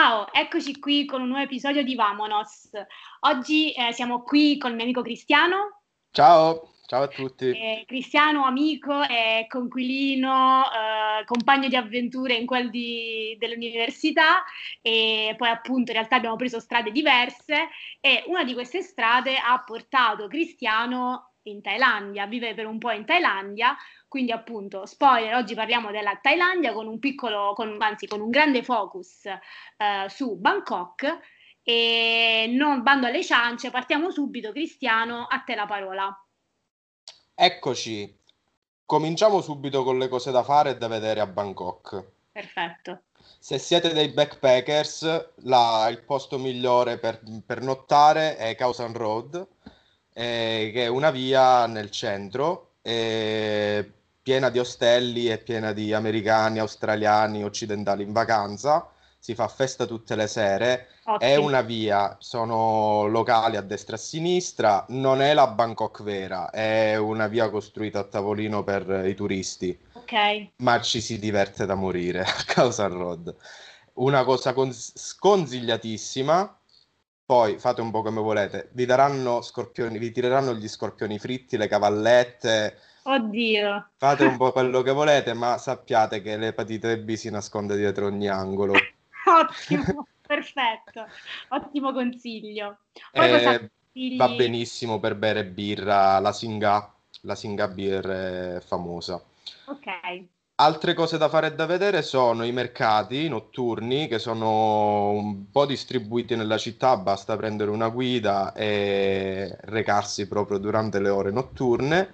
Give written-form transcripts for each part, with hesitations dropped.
Ciao, eccoci qui con un nuovo episodio di Vamonos. Oggi siamo qui con il mio amico Cristiano. Ciao, ciao a tutti. Cristiano, amico e conquilino, compagno di avventure in dell'università, e poi appunto in realtà abbiamo preso strade diverse e una di queste strade ha portato Cristiano in Thailandia, vive per un po' in Thailandia. Quindi appunto, spoiler, oggi parliamo della Thailandia con anzi con un grande focus su Bangkok. E non bando alle ciance, partiamo subito. Cristiano, a te la parola. Eccoci. Cominciamo subito con le cose da fare e da vedere a Bangkok. Perfetto. Se siete dei backpackers, il posto migliore per nottare è Khao San Road, che è una via nel centro, piena di ostelli e piena di americani, australiani, occidentali in vacanza. Si fa festa tutte le sere. È Ottimo. una via, sono locali a destra e a sinistra, non è la Bangkok vera, è una via costruita a tavolino per i turisti, Ok. ma ci si diverte da morire a Causa Road. Una cosa sconsigliatissima, poi fate un po' come volete, vi daranno scorpioni, vi tireranno gli scorpioni fritti, le cavallette, Oddio. fate un po' quello che volete, ma sappiate che l'epatite B si nasconde dietro ogni angolo. Ottimo, perfetto. Ottimo consiglio. Poi cosa E va consigli? benissimo per bere birra, la Singa Beer è famosa. Ok. Altre cose da fare e da vedere sono i mercati notturni che sono un po' distribuiti nella città, basta prendere una guida e recarsi proprio durante le ore notturne.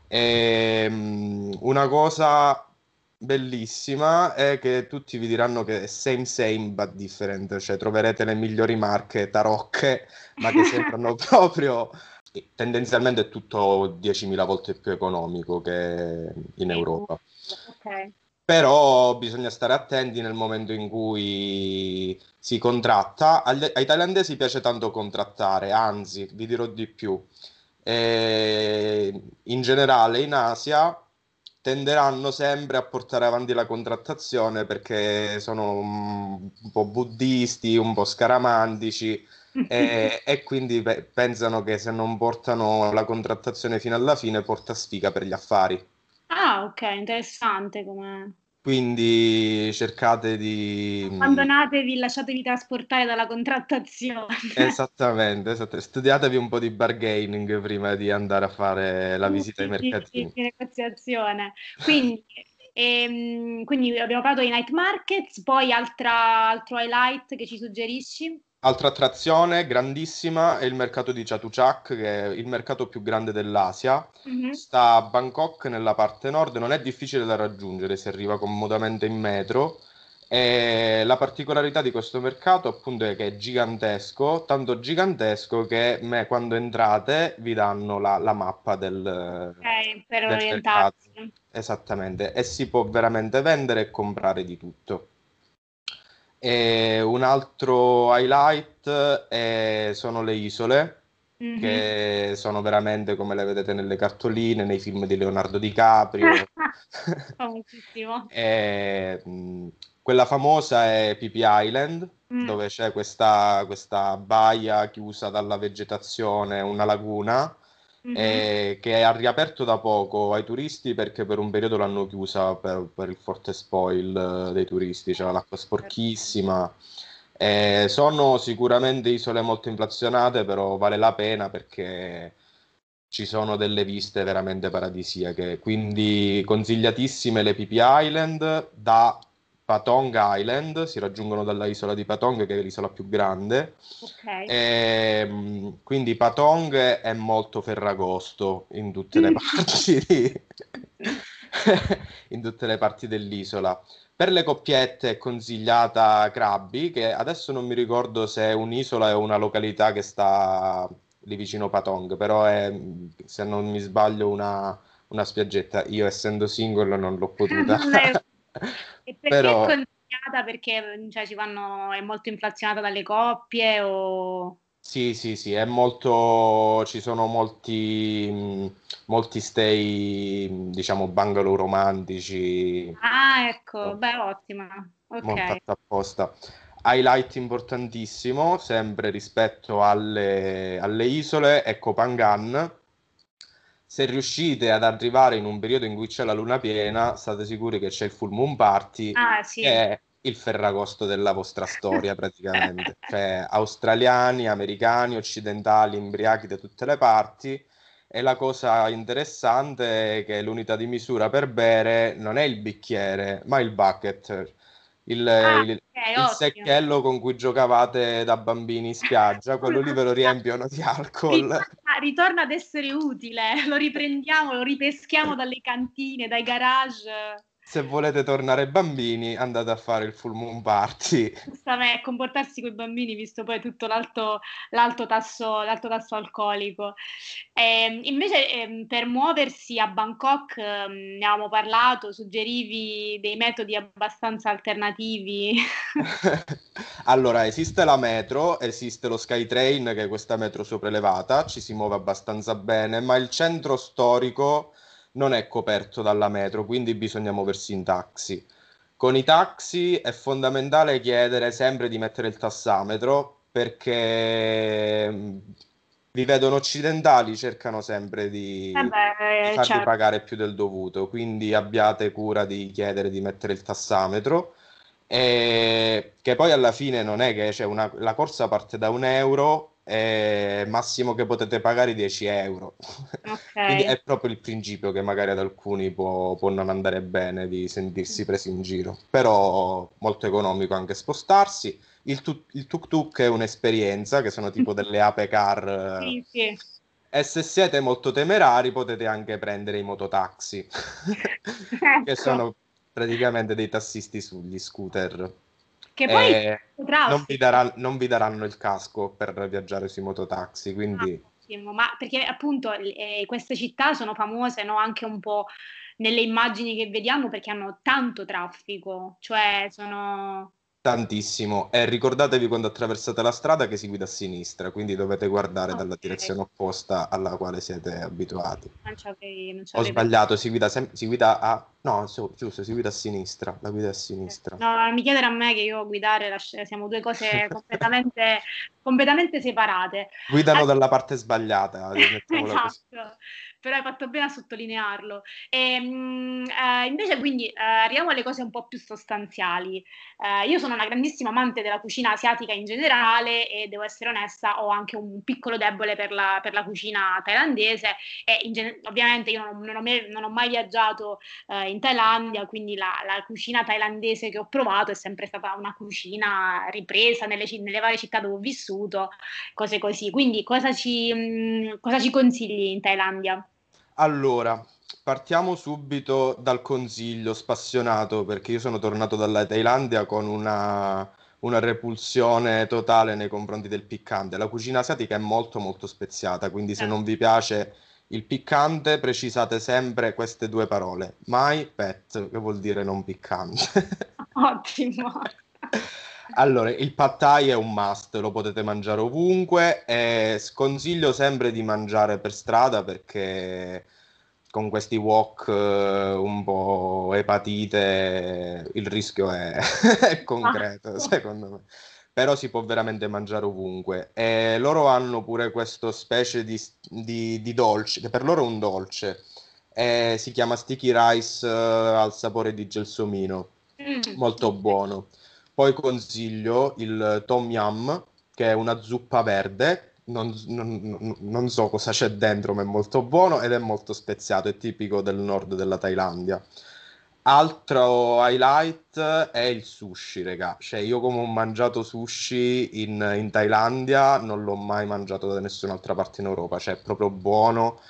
Una cosa bellissima è che tutti vi diranno che è same same but different, cioè troverete le migliori marche tarocche, ma che sembrano proprio tendenzialmente è tutto 10.000 volte più economico che in Sì, Europa. ok. Però bisogna stare attenti nel momento in cui si contratta. Ai thailandesi piace tanto contrattare, anzi, vi dirò di più. In generale in Asia tenderanno sempre a portare avanti la contrattazione perché sono un po' buddisti, un po' scaramantici e quindi pensano che se non portano la contrattazione fino alla fine porta sfiga per gli affari. Ah, ok, interessante come... Quindi cercate di... Abbandonatevi, lasciatevi trasportare dalla contrattazione. Esattamente, studiatevi un po' di bargaining prima di andare a fare la visita ai Di mercatini. negoziazione. Quindi abbiamo parlato di night markets, poi altro highlight che ci suggerisci? Altra attrazione grandissima è il mercato di Chatuchak, che è il mercato più grande dell'Asia. Mhm. Sta a Bangkok, nella parte nord, non è difficile da raggiungere, si arriva comodamente in metro. E la particolarità di questo mercato, appunto, è che è gigantesco, tanto gigantesco che quando entrate vi danno la mappa Ok, per del mercato. orientarsi. Esattamente, e si può veramente vendere e comprare di tutto. E un altro highlight sono le isole, Mhm. che sono veramente come le vedete nelle cartoline, nei film di Leonardo DiCaprio. Famosissimo. E, quella famosa è Phi Phi Island, Mm. dove c'è questa baia chiusa dalla vegetazione, una laguna, Mhm. che ha riaperto da poco ai turisti perché per un periodo l'hanno chiusa per il forte spoil dei turisti, c'era l'acqua sporchissima. Sono sicuramente isole molto inflazionate, però vale la pena perché ci sono delle viste veramente paradisiache. Quindi consigliatissime le Phi Phi Island da Patong Island, si raggiungono dalla isola di Patong, che è l'isola più grande. Ok. Quindi Patong è molto ferragosto in tutte le Mm. parti in tutte le parti dell'isola. Per le coppiette è consigliata Krabi, che adesso non mi ricordo se è un'isola o una località che sta lì vicino Patong, però è, se non mi sbaglio, una spiaggetta. Io, essendo single, non l'ho potuta. Non l'hai- E perché è Però consigliata? Perché cioè, è molto inflazionata dalle coppie o... sì, sì, sì, è molto, ci sono molti stay, diciamo, bungalow romantici, Ah, ecco, beh, ottima. Ok. montata apposta. Highlight importantissimo, sempre rispetto alle isole, è Koh Phangan. Se riuscite ad arrivare in un periodo in cui c'è la luna piena, state sicuri che c'è il Full Moon Party, Ah, che sì. è il Ferragosto della vostra storia praticamente. Cioè, australiani, americani, occidentali, imbriachi da tutte le parti. E la cosa interessante è che l'unità di misura per bere non è il bicchiere, ma il bucket, il, Ah, il- ok, il ottimo. secchello con cui giocavate da bambini in spiaggia. Quello lì ve lo riempiono di alcol. Ritorna ad essere utile, lo riprendiamo, lo ripeschiamo dalle cantine, dai garage. Se volete tornare bambini, andate a fare il Full Moon Party. Giustamente, comportarsi con i bambini, visto poi tutto l'alto tasso alcolico. Invece, per muoversi a Bangkok, ne avevamo parlato, suggerivi dei metodi abbastanza alternativi. Allora, esiste la metro, esiste lo SkyTrain, che è questa metro sopraelevata, ci si muove abbastanza bene, ma il centro storico non è coperto dalla metro, quindi bisogna muoversi in taxi. Con i taxi è fondamentale chiedere sempre di mettere il tassametro perché vi vedono occidentali, cercano sempre di Beh, farvi certo. pagare più del dovuto, quindi abbiate cura di chiedere di mettere il tassametro. E che poi alla fine non è che c'è la corsa parte da 1 euro e massimo che potete pagare 10 euro. Quindi Ok. è proprio il principio che magari ad alcuni può non andare bene di sentirsi presi in giro, però molto economico anche spostarsi. Il tuk-tuk è un'esperienza, che sono tipo delle ape car, Sì, sì. e se siete molto temerari potete anche prendere i mototaxi, che Ecco, sono praticamente dei tassisti sugli scooter. che poi E traffico. non vi daranno il casco per viaggiare sui mototaxi, Ah, quindi ottimo. Ma perché appunto queste città sono famose, no, anche un po' nelle immagini che vediamo perché hanno tanto traffico, cioè sono... tantissimo. E ricordatevi quando attraversate la strada che si guida a sinistra, quindi dovete guardare dalla Ok, direzione opposta alla quale siete abituati. non ci Ho avrei sbagliato, si guida a... No, giusto, si guida a sinistra, la guida a sinistra. No, non mi chiedere a me che io guidare, siamo due cose completamente separate. Guidano dalla parte sbagliata, mettiamola così. Esatto, però hai fatto bene a sottolinearlo. Invece, quindi, arriviamo alle cose un po' più sostanziali. Io sono una grandissima amante della cucina asiatica in generale e devo essere onesta, ho anche un piccolo debole per la cucina thailandese e ovviamente io non ho mai viaggiato in Thailandia, quindi la cucina thailandese che ho provato è sempre stata una cucina ripresa nelle varie città dove ho vissuto, cose così. Quindi cosa ci consigli in Thailandia? Allora, partiamo subito dal consiglio spassionato, perché io sono tornato dalla Thailandia con una repulsione totale nei confronti del piccante. La cucina asiatica è molto molto speziata, quindi se non vi piace il piccante, precisate sempre queste due parole. Mai pet, che vuol dire non piccante. Ottimo. Allora, il pad thai è un must, lo potete mangiare ovunque e sconsiglio sempre di mangiare per strada perché con questi wok un po' epatite il rischio è, è concreto, Esatto. secondo me. Però si può veramente mangiare ovunque. E loro hanno pure questo specie di dolce, che per loro è un dolce. Si chiama sticky rice al sapore di gelsomino, molto Ok. buono. Poi consiglio il Tom Yum, che è una zuppa verde. Non so cosa c'è dentro, ma è molto buono ed è molto speziato, è tipico del nord della Thailandia. Altro highlight è il sushi, regà. Cioè, io come ho mangiato sushi in Thailandia, non l'ho mai mangiato da nessun'altra parte in Europa. Cioè, è proprio buono,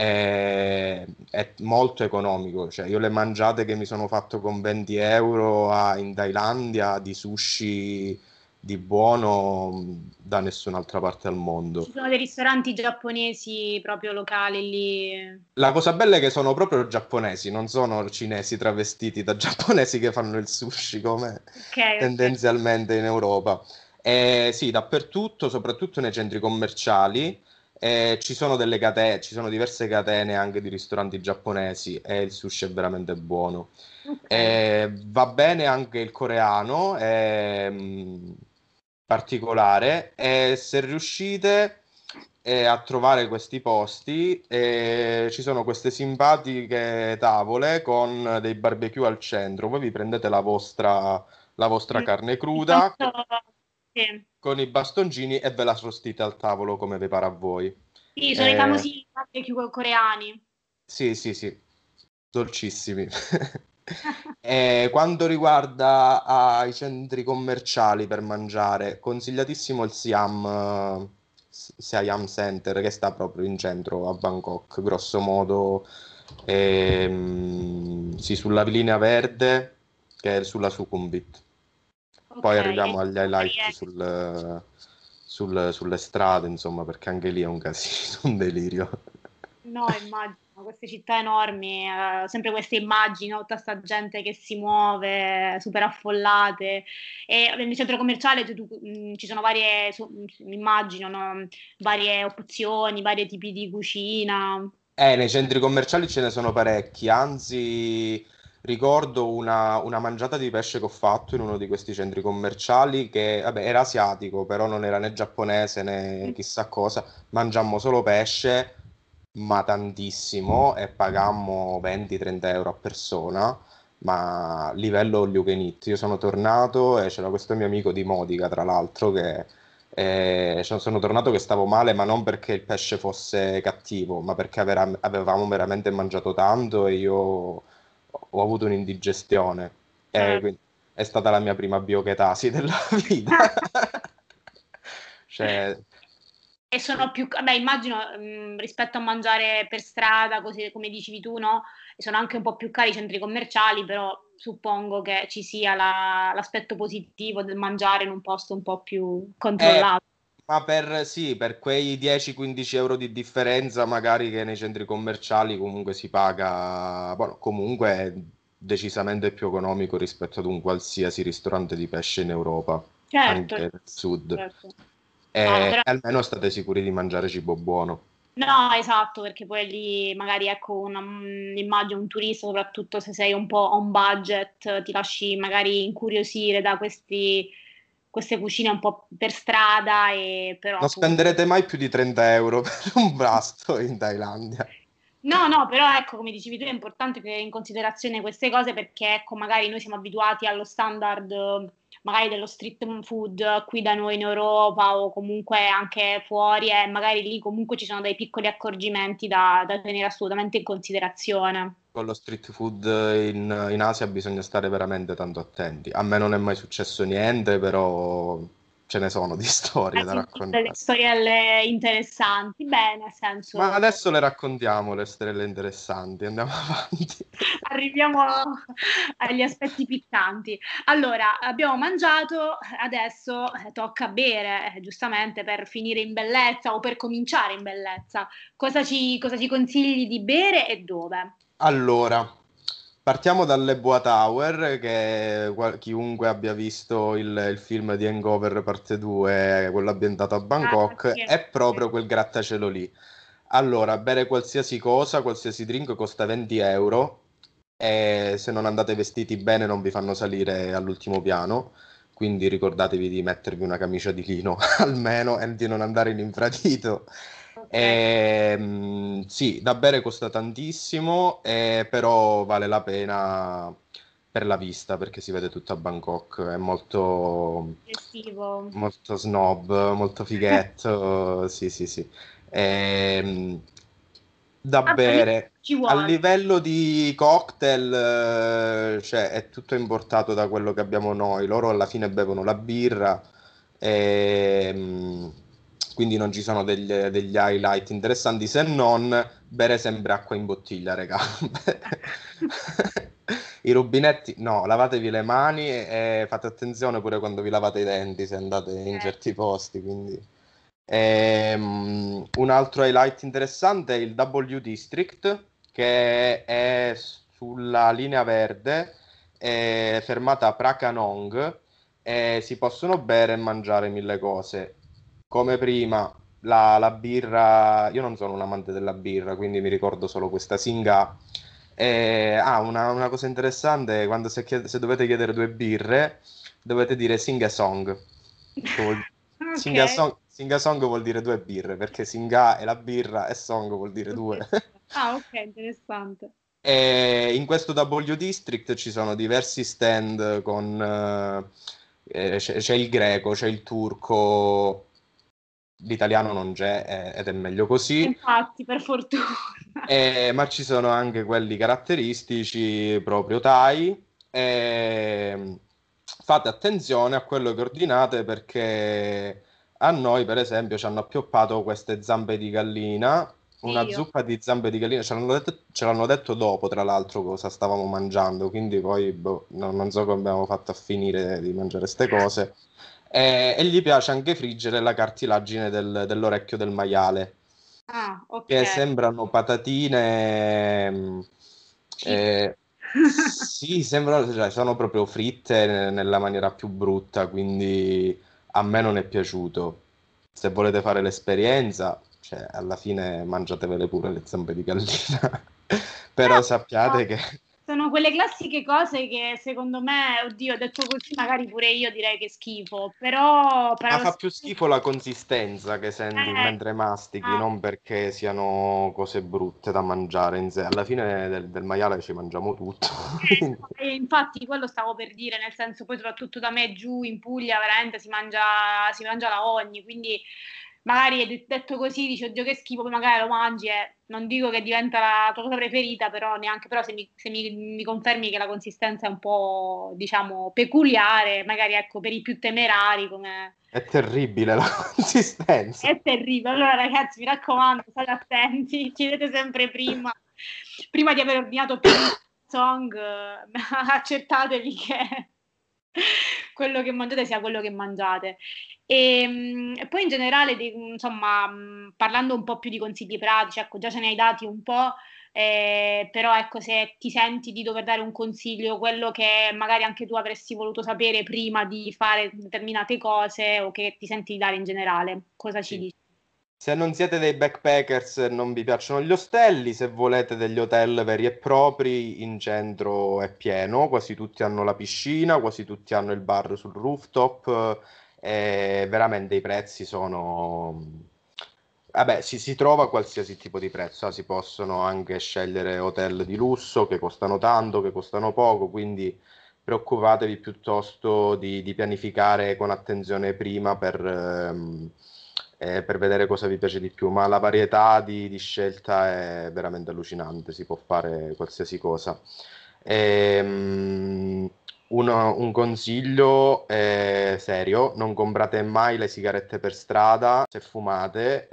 è molto economico. Cioè, io le mangiate che mi sono fatto con 20 euro in Thailandia di sushi di buono da nessun'altra parte al mondo. Ci sono dei ristoranti giapponesi proprio locali lì. La cosa bella è che sono proprio giapponesi, non sono cinesi travestiti da giapponesi che fanno il sushi come Ok, ok. tendenzialmente in Europa. Sì, dappertutto, soprattutto nei centri commerciali. Ci sono delle catene, ci sono diverse catene anche di ristoranti giapponesi e il sushi è veramente buono. Ok. Va bene anche il coreano, è particolare. E se riuscite a trovare questi posti, ci sono queste simpatiche tavole con dei barbecue al centro. Voi vi prendete la vostra Mm. carne Il cruda famoso- sì. con i bastoncini e ve la arrostite al tavolo come vi pare a voi. Sì, sono i Eh, famosi barbecue coreani. sì, sì, sì, dolcissimi. E quanto riguarda i centri commerciali per mangiare, consigliatissimo il Siam Center che sta proprio in centro a Bangkok, grosso modo, sì, sulla linea verde che è sulla Sukhumvit. Ok, Poi e arriviamo agli magari highlight sulle strade, insomma, perché anche lì è un casino, un delirio. no, immagino, queste città enormi, sempre queste immagini, no? Tutta sta gente che si muove, super affollate. E nel centro commerciale ci sono varie, immagino, no? Varie opzioni, vari tipi di cucina. Nei centri commerciali ce ne sono parecchi, anzi ricordo una mangiata di pesce che ho fatto in uno di questi centri commerciali che, vabbè, era asiatico, però non era né giapponese né chissà cosa, mangiammo solo pesce, ma tantissimo, e pagammo 20-30 euro a persona, ma livello all you can eat. Io sono tornato e c'era questo mio amico di Modica, tra l'altro, che sono tornato che stavo male, ma non perché il pesce fosse cattivo, ma perché avevamo veramente mangiato tanto e io ho avuto un'indigestione. E Certo. quindi è stata la mia prima biochetasi della vita. Cioè, E sono più, beh, immagino rispetto a mangiare per strada, così come dicevi tu, no? Sono anche un po' più cari i centri commerciali, però suppongo che ci sia l'aspetto positivo del mangiare in un posto un po' più eh, controllato. ma sì, per quei 10-15 euro di differenza, magari che nei centri commerciali comunque si paga, bueno, comunque è decisamente più economico rispetto ad un qualsiasi ristorante di pesce in Europa, Certo, anche nel sud. certo. No, no, però E almeno state sicuri di mangiare cibo buono. no, esatto, perché poi lì magari ecco immagino un turista, soprattutto se sei un po' on budget, ti lasci magari incuriosire da queste cucine un po' per strada e però Non appunto. spenderete mai più di 30 euro per un pasto in Thailandia. No, no, però ecco, come dicevi tu, è importante tenere in considerazione queste cose perché ecco, magari noi siamo abituati allo standard magari dello street food qui da noi in Europa o comunque anche fuori e magari lì comunque ci sono dei piccoli accorgimenti da tenere assolutamente in considerazione. Con lo street food in Asia bisogna stare veramente tanto attenti. A me non è mai successo niente, però ce ne sono di storie Hai da sentito delle raccontare. storielle interessanti, bene, nel Ma senso. adesso le raccontiamo le storie interessanti, andiamo avanti. Arriviamo agli aspetti piccanti. Allora, abbiamo mangiato, adesso tocca bere, giustamente per finire in bellezza o per cominciare in bellezza. Cosa ci consigli di bere e dove? Allora, partiamo dalle Boa Tower, che chiunque abbia visto il film di Hangover parte 2, quello ambientato a Ah, Bangkok, sì, è sì. proprio quel grattacielo lì. Allora, bere qualsiasi cosa, qualsiasi drink costa 20 euro e se non andate vestiti bene non vi fanno salire all'ultimo piano, quindi ricordatevi di mettervi una camicia di lino almeno e di non andare in infradito. Ok. Sì, da bere costa tantissimo, però vale la pena per la vista perché si vede tutta Bangkok, è molto, Festivo. molto snob, molto fighetto, sì, sì, sì. Ehm, Da Vabbè, lì bere. ci A vuole. livello di cocktail, cioè, è tutto importato da quello che abbiamo noi. Loro alla fine bevono la birra, e, quindi non ci sono degli highlight interessanti se non bere sempre acqua in bottiglia, regà. I rubinetti, no, lavatevi le mani e fate attenzione pure quando vi lavate i denti se andate in certi posti, quindi. Un altro highlight interessante è il W District, che è sulla linea verde, è fermata a Prakanong e si possono bere e mangiare mille cose. Come prima, la birra, io non sono un amante della birra, quindi mi ricordo solo questa Singa. Una cosa interessante, quando se dovete chiedere due birre, dovete dire sing a song, che vuol, Ok. sing a song vuol dire due birre, perché singa è la birra e song vuol dire due. Ah, ok, interessante. E in questo W District ci sono diversi stand con c'è il greco, c'è il turco, l'italiano non c'è ed è meglio così. Infatti, per fortuna. Ma ci sono anche quelli caratteristici proprio Thai. Fate attenzione a quello che ordinate perché a noi, per esempio, ci hanno appioppato queste zampe di gallina, una Dio. zuppa di zampe di gallina. Ce l'hanno detto dopo, tra l'altro, cosa stavamo mangiando. Quindi poi boh, non so come abbiamo fatto a finire di mangiare queste cose. E gli piace anche friggere la cartilagine dell'orecchio del maiale Ah, ok. che sembrano patatine. Cheap. Eh, sì, sembrano, cioè, sono proprio fritte nella maniera più brutta, quindi a me non è piaciuto. Se volete fare l'esperienza, cioè, alla fine mangiatevele pure le zampe di gallina. Però Però sappiate che sono quelle classiche cose che secondo me, oddio, detto così, magari pure io direi che schifo, però ma fa paradossalmente... più schifo la consistenza che senti mentre mastichi, ah, non perché siano cose brutte da mangiare in sé. Alla fine del maiale ci mangiamo tutto. Quindi- no, e infatti quello stavo per dire, nel senso poi soprattutto da me giù in Puglia veramente si mangia la ogni, quindi magari detto così dici oddio che schifo, poi magari lo mangi e non dico che diventa la tua cosa preferita, però neanche, però mi confermi che la consistenza è un po' diciamo peculiare, magari ecco per i più temerari come... È terribile la consistenza. È terribile. Allora, ragazzi, mi raccomando, state attenti, chiedete sempre prima di aver ordinato pizza, song, accertatevi che quello che mangiate sia quello che mangiate. E poi in generale, insomma, parlando un po' più di consigli pratici, ecco, già ce ne hai dati un po', però ecco, se ti senti di dover dare un consiglio, quello che magari anche tu avresti voluto sapere prima di fare determinate cose o che ti senti di dare in generale, cosa ci Sì. dici? Se non siete dei backpackers e non vi piacciono gli ostelli, se volete degli hotel veri e propri, in centro è pieno, quasi tutti hanno la piscina, quasi tutti hanno il bar sul rooftop, e veramente i prezzi sono... Vabbè, si trova qualsiasi tipo di prezzo, si possono anche scegliere hotel di lusso che costano tanto, che costano poco, quindi preoccupatevi piuttosto di pianificare con attenzione prima per vedere cosa vi piace di più, ma la varietà di scelta è veramente allucinante, si può fare qualsiasi cosa. Ehm, un consiglio serio, non comprate mai le sigarette per strada se fumate.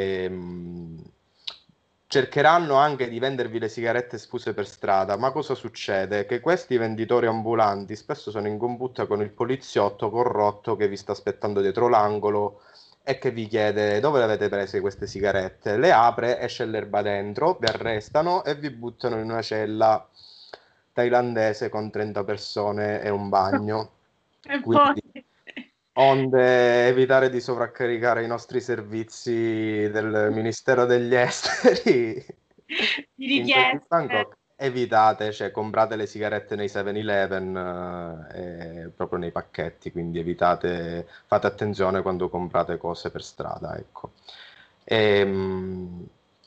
Cercheranno anche di vendervi le sigarette sfuse per strada, ma cosa succede? Che questi venditori ambulanti spesso sono in combutta con il poliziotto corrotto che vi sta aspettando dietro l'angolo e che vi chiede dove le avete prese queste sigarette. Le apre, esce l'erba dentro, vi arrestano e vi buttano in una cella thailandese con 30 persone e un bagno. E poi Quindi, onde evitare di sovraccaricare i nostri servizi del Ministero degli Esteri di in richieste. Bangkok, evitate, cioè comprate le sigarette nei 7-Eleven, proprio nei pacchetti, quindi evitate, fate attenzione quando comprate cose per strada, ecco. Ehm,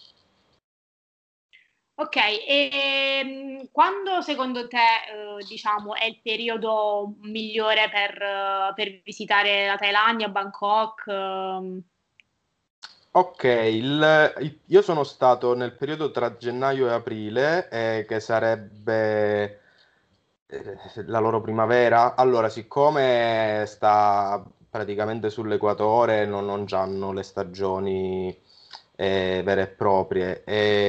Ok, e quando secondo te, diciamo, è il periodo migliore per visitare la Thailandia, Bangkok? Ok, io sono stato nel periodo tra gennaio e aprile, che sarebbe la loro primavera. Allora, siccome sta praticamente sull'equatore, non c'hanno le stagioni vere e proprie.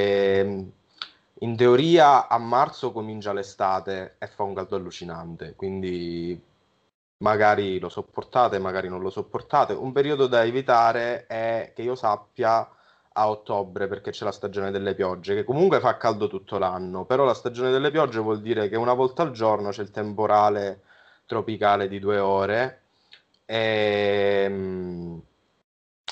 In teoria a marzo comincia l'estate e fa un caldo allucinante, quindi magari lo sopportate, magari non lo sopportate. Un periodo da evitare è che io sappia a ottobre, perché c'è la stagione delle piogge, che comunque fa caldo tutto l'anno, però la stagione delle piogge vuol dire che una volta al giorno c'è il temporale tropicale di 2 ore. E,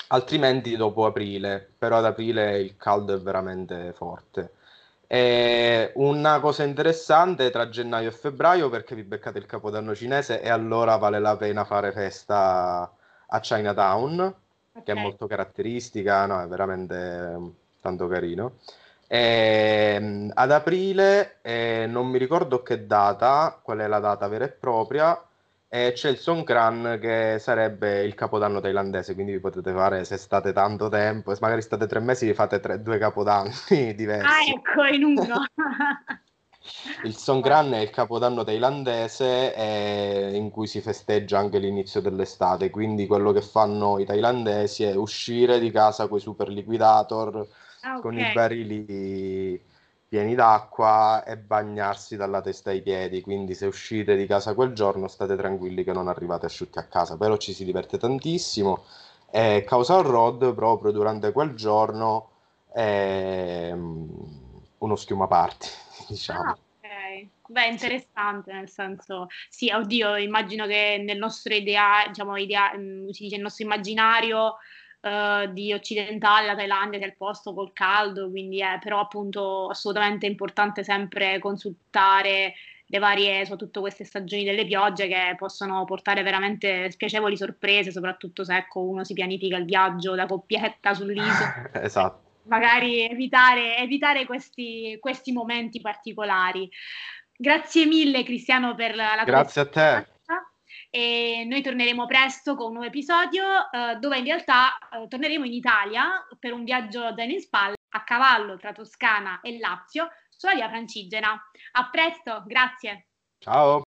altrimenti dopo aprile, però ad aprile il caldo è veramente forte. E una cosa interessante tra gennaio e febbraio perché vi beccate il Capodanno cinese e allora vale la pena fare festa a Chinatown, che è Ok. molto caratteristica, no, è veramente tanto carino. Ad aprile, non mi ricordo che data, qual è la data vera e propria, c'è il Songkran che sarebbe il capodanno thailandese, quindi vi potete fare, se state tanto tempo, se magari state 3 mesi, vi fate due capodanni Ah, diversi. ecco, in uno. Il Songkran è il capodanno thailandese in cui si festeggia anche l'inizio dell'estate, quindi quello che fanno i thailandesi è uscire di casa con i super liquidator, Ah, ok. con i barili pieni d'acqua e bagnarsi dalla testa ai piedi, quindi se uscite di casa quel giorno state tranquilli che non arrivate asciutti a casa, però ci si diverte tantissimo e Causal Road proprio durante quel giorno è uno schiuma party, Ah, diciamo. ok. Beh, Sì. interessante, nel senso, sì, oddio, immagino che nel nostro idea, diciamo, si dice, il nostro immaginario di occidentale, la Thailandia sia il posto col caldo, quindi è però appunto assolutamente importante sempre consultare le varie, soprattutto queste stagioni delle piogge che possono portare veramente spiacevoli sorprese, soprattutto se ecco, uno si pianifica il viaggio da coppietta sull'isola, Esatto. magari evitare questi momenti particolari. Grazie mille Cristiano per la tua Grazie a te. testimonianza e noi torneremo presto con un nuovo episodio dove in realtà torneremo in Italia per un viaggio zaino in spalla a cavallo tra Toscana e Lazio sulla via Francigena. A presto, grazie. Ciao.